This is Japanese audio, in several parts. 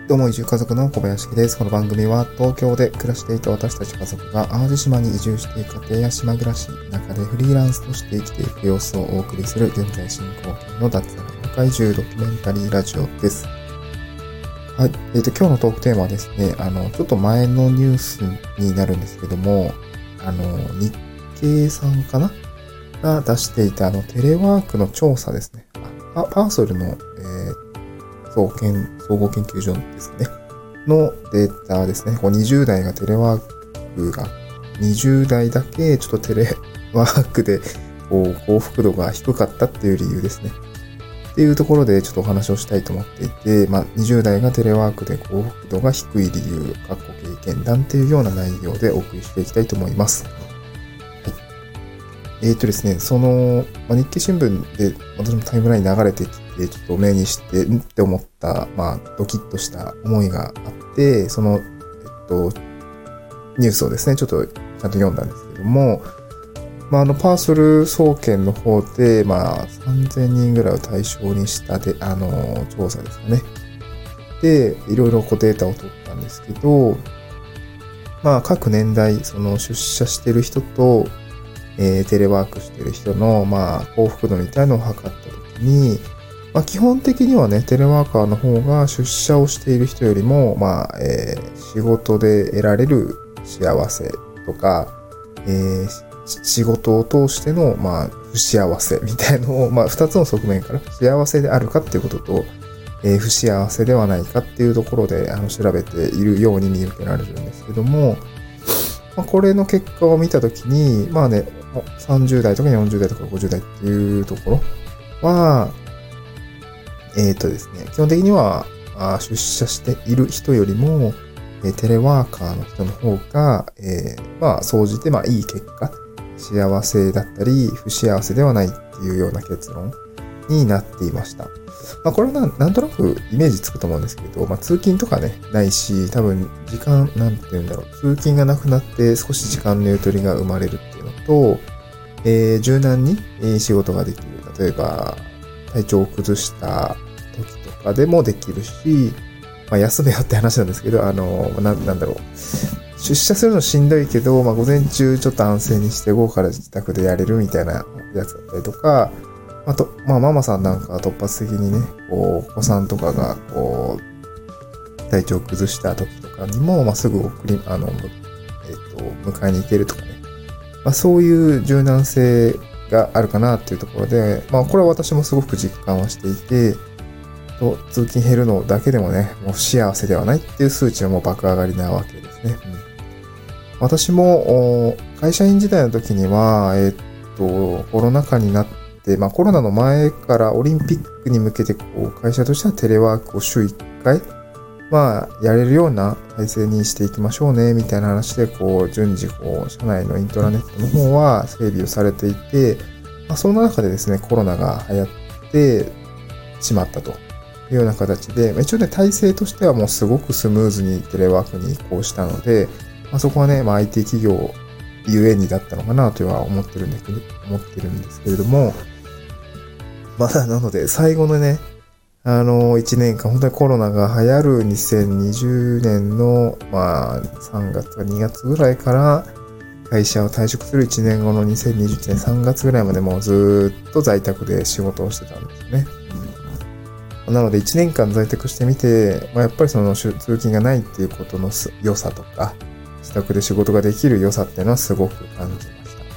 どうも移住家族の小林です。この番組は東京で暮らしていた私たち家族が淡路島に移住していく家庭や島暮らし、中でフリーランスとして生きていく様子をお送りする現在進行形の脱サラ社会移住ドキュメンタリーラジオです。はい。今日のトークテーマはですね、ちょっと前のニュースになるんですけども、日経さんかなが出していたテレワークの調査ですね。パーソルの、総合研究所ですね。のデータですね。20代がテレワークが、20代だけちょっとテレワークで幸福度が低かったっていう理由ですね。っていうところでちょっとお話をしたいと思っていて、20代がテレワークで幸福度が低い理由、経験談っていうような内容でお送りしていきたいと思います。ですね、日経新聞で私もタイムラインに流れてきて、ちょっと目にして、って思った、ドキッとした思いがあって、ニュースをですね、ちょっとちゃんと読んだんですけども、パーソル総研の方で、3000人ぐらいを対象にしたで、調査ですかね。で、いろいろデータを取ったんですけど、各年代、出社してる人と、テレワークしてる人の、幸福度みたいのを測ったときに、基本的にはね、テレワーカーの方が出社をしている人よりも、仕事で得られる幸せとか、仕事を通しての、不幸せみたいのを、二つの側面から幸せであるかっていうことと、不幸せではないかっていうところで、調べているように見受けられるんですけども、これの結果を見たときに、30代とか40代とか50代っていうところは、ですね、基本的には、出社している人よりも、テレワーカーの人の方が、総じて、いい結果、幸せだったり、不幸せではないっていうような結論になっていました。これはなんとなくイメージつくと思うんですけど、通勤とかね、ないし、多分時間、通勤がなくなって少し時間のゆとりが生まれるっていうのと、柔軟に仕事ができる。例えば、体調を崩した時とかでもできるし、休めよって話なんですけど、出社するのしんどいけど、午前中ちょっと安静にして午後から自宅でやれるみたいなやつだったりとか、ママさんなんかは突発的にね、お子さんとかが、体調を崩した時とかにも、すぐ迎えに行けるとかね。そういう柔軟性があるかなっていうところで、これは私もすごく実感はしていて、通勤減るのだけでもね、もう不幸せではないっていう数値はもう爆上がりなわけですね。私も、会社員時代の時には、コロナ禍になって、コロナの前からオリンピックに向けて、会社としてはテレワークを週1回、やれるような体制にしていきましょうね、みたいな話で、順次、社内のイントラネットの方は整備をされていて、その中でですね、コロナが流行ってしまったというような形で、一応ね、体制としてはもうすごくスムーズにテレワークに移行したので、そこはね、IT 企業ゆえにだったのかなとは思ってるんですけれども、なので、最後のね、1年間、本当にコロナが流行る2020年の、3月か2月ぐらいから、会社を退職する1年後の2021年3月ぐらいまでもうずっと在宅で仕事をしてたんですね。なので、1年間在宅してみて、やっぱり通勤がないっていうことの良さとか、自宅で仕事ができる良さっていうのはすごく感じました。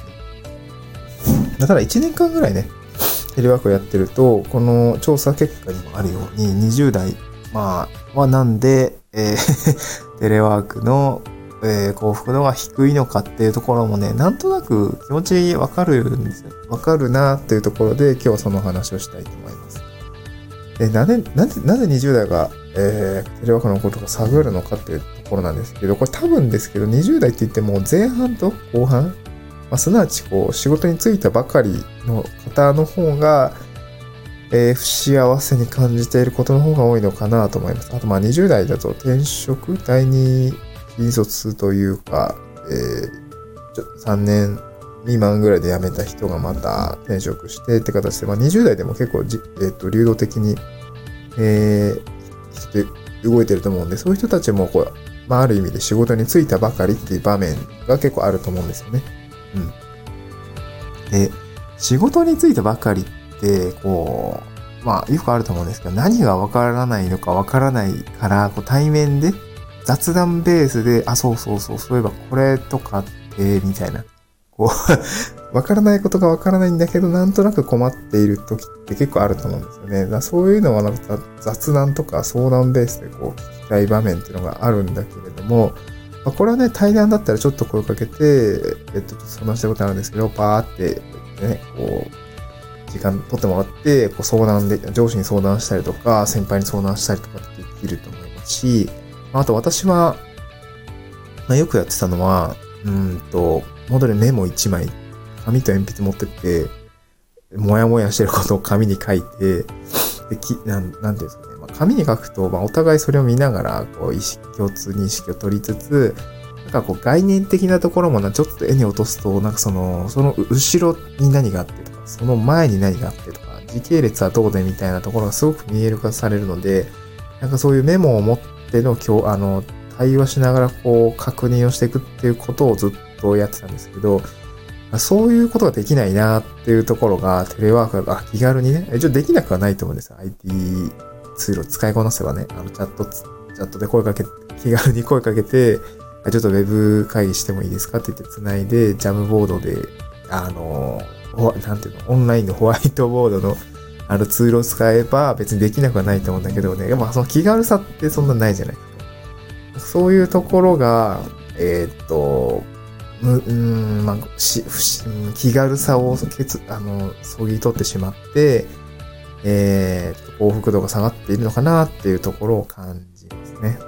ただ1年間ぐらいね、テレワークをやってると、この調査結果にもあるように、20代、はなんで、テレワークの、幸福度が低いのかっていうところもね、なんとなく気持ちわかるんですよ。わかるなっていうところで、今日はその話をしたいと思います。なぜ20代が、テレワークのことが探るのかっていうところなんですけど、これ多分ですけど、20代って言っても前半と後半、すなわち仕事に就いたばかりの方の方が、不幸せに感じていることの方が多いのかなと思います。あと20代だと転職、第二新卒というか、3年未満ぐらいで辞めた人がまた転職してって形で、20代でも結構流動的に、 動いてると思うんで、そういう人たちもこう、まあある意味で仕事に就いたばかりっていう場面が結構あると思うんですよね。で、仕事に就いたばかりって、こう、まあよくあると思うんですけど、何がわからないのかわからないから、こう対面で雑談ベースで、そういえばこれとかって、みたいな。こう、わからないことがわからないんだけど、なんとなく困っている時って結構あると思うんですよね。そういうのはなんか雑談とか相談ベースでこう聞きたい場面っていうのがあるんだけれども、これはね、対談だったらちょっと声をかけて、相談したことあるんですけど、パーってね、こう、時間取ってもらって、こう相談で、上司に相談したりとか、先輩に相談したりとかってできると思いますし、あと私は、よくやってたのは、本当にメモ1枚、紙と鉛筆持ってって、もやもやしてることを紙に書いて、で、なんていうんですかね。紙に書くと、お互いそれを見ながら、こう、共通認識を取りつつ、なんかこう、概念的なところもちょっと絵に落とすと、なんかその後ろに何があってとか、その前に何があってとか、時系列はどうでみたいなところがすごく見える化されるので、なんかそういうメモを持っての対話しながらこう、確認をしていくっていうことをずっとやってたんですけど、そういうことができないなっていうところが、テレワークが気軽にね、できなくはないと思うんですよ。IT ツールを使いこなせばね、チャットで気軽に声かけて、ちょっとウェブ会議してもいいですかって言って繋いで、ジャムボードで、なんていうの、オンラインのホワイトボードの、ツールを使えば別にできなくはないと思うんだけどね、その気軽さってそんなないじゃないですか。そういうところが、気軽さをそぎ取ってしまって、幸福度が下がっているのかなっていうところを感じますね。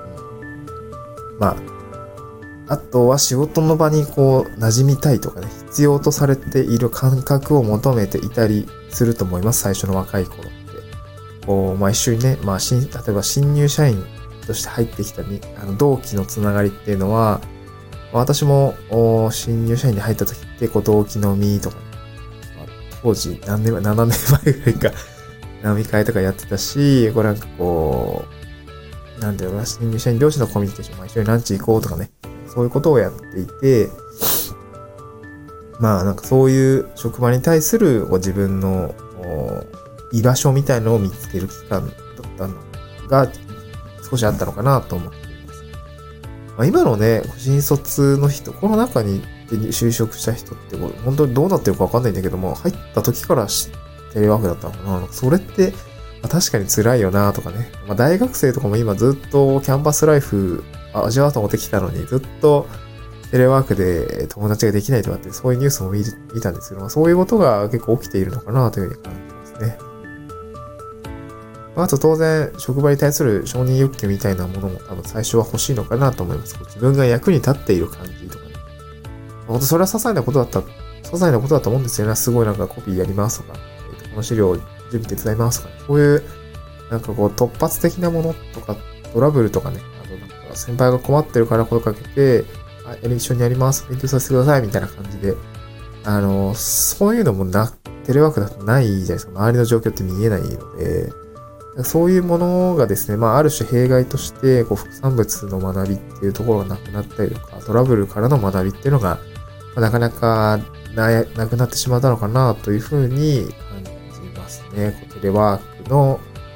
あとは仕事の場にこう馴染みたいとかね、必要とされている感覚を求めていたりすると思います。最初の若い頃って。こう、一緒にね、例えば新入社員として入ってきた同期のつながりっていうのは、私も新入社員に入った時って同期飲みとかね、当時7年前ぐらいか飲み会とかやってたし、これなんかこう、なんていうのかな、新入社員同士のコミュニケーション、一緒にランチ行こうとかね、そういうことをやっていて、なんかそういう職場に対する自分の居場所みたいのを見つける期間だったのが少しあったのかなと思っています。今のね、新卒の人、この中に就職した人って本当にどうなってるかわかんないんだけども、入った時からテレワークだったのかな。それって確かに辛いよなとかね。大学生とかも今ずっとキャンパスライフ味わおうと思ってきたのに、ずっとテレワークで友達ができないとかって、そういうニュースも見たんですけど、そういうことが結構起きているのかなというふうに感じますね。あと当然、職場に対する承認欲求みたいなものも多分最初は欲しいのかなと思います。自分が役に立っている感じとかね。本当それは些細なことだと思うんですよね。すごいなんかコピーやりますとか、この資料準備手伝いますとかね。こういう、なんかこう突発的なものとか、トラブルとかね、なんか先輩が困ってるから声かけて、一緒にやります、勉強させてくださいみたいな感じで、そういうのもテレワークだとないじゃないですか。周りの状況って見えないので、そういうものがですね、ある種弊害として、副産物の学びっていうところがなくなったりとか、トラブルからの学びっていうのが、なかなかなくなってしまったのかなというふうに感じますね。テレワークの、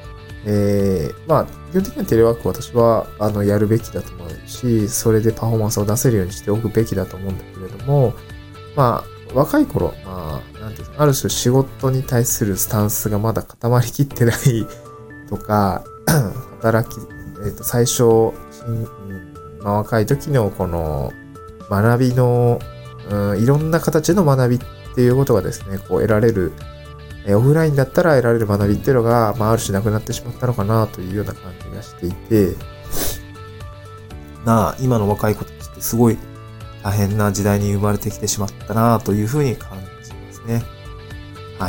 基本的にはテレワーク私は、やるべきだと思うし、それでパフォーマンスを出せるようにしておくべきだと思うんだけれども、若い頃、なんていうの、ある種仕事に対するスタンスがまだ固まりきってないとか、最初、若い時のこの学びの、いろんな形の学びっていうことがですね、得られる、オフラインだったら得られる学びっていうのが、ある種なくなってしまったのかなというような感じがしていて、今の若い子たちってすごい大変な時代に生まれてきてしまったなというふうに感じますね。はい。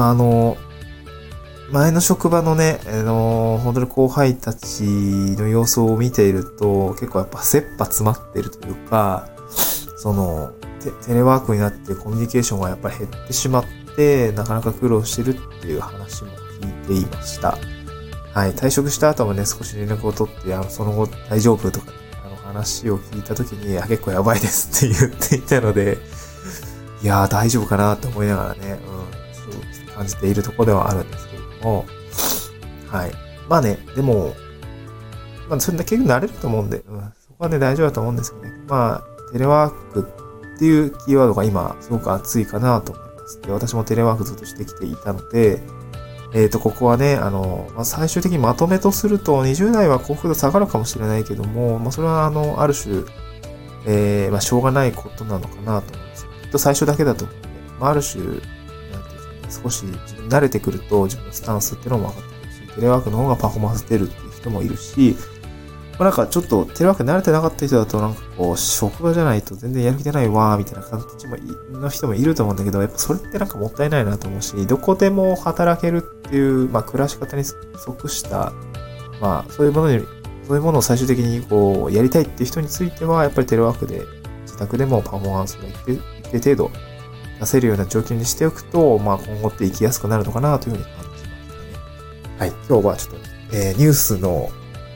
前の職場のね、本当に後輩たちの様子を見ていると、結構やっぱ切羽詰まっているというか、テレワークになってコミュニケーションがやっぱり減ってしまって、なかなか苦労してるっていう話も聞いていました。 はい、退職した後もね、少し連絡を取って、その後大丈夫とか、話を聞いた時に、結構やばいですって言っていたので、いやー大丈夫かなって思いながらね、そう感じているところではあるんですけれども、はい。まあね、でも、まあそれだけ慣れると思うんで、そこはね、大丈夫だと思うんですけどね。まあ、テレワークっていうキーワードが今、すごく熱いかなと思います。で、私もテレワークずっとしてきていたので、ここはね、最終的にまとめとすると、20代は幸福度下がるかもしれないけども、それはある種、しょうがないことなのかなと思うんですよ。きっと最初だけだと思うんで、ある種、なんていうんですかね、少し自分慣れてくると自分のスタンスっていうのも分かってくるし、テレワークの方がパフォーマンス出るっていう人もいるし、なんかちょっとテレワーク慣れてなかった人だとなんか職場じゃないと全然やる気出ないわーみたいな感じの人もいると思うんだけど、やっぱそれってなんかもったいないなと思うし、どこでも働けるっていう、暮らし方に即した、そういうものを最終的にやりたいっていう人については、やっぱりテレワークで自宅でもパフォーマンスが一定程度出せるような状況にしておくと、今後って生きやすくなるのかなというふうに感じましたね。はい、今日はちょっと、ニュースの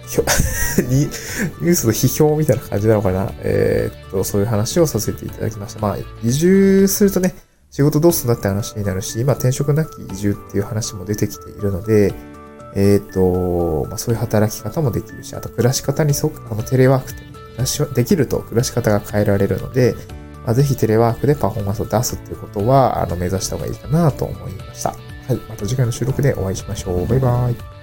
批評みたいな感じなのかな。そういう話をさせていただきました。移住するとね、仕事どうするんだって話になるし、今転職なき移住っていう話も出てきているので、そういう働き方もできるし、あと暮らし方にテレワークってできると暮らし方が変えられるので、ぜひテレワークでパフォーマンスを出すっていうことは、目指した方がいいかなと思いました。はい。また次回の収録でお会いしましょう。バイバイ。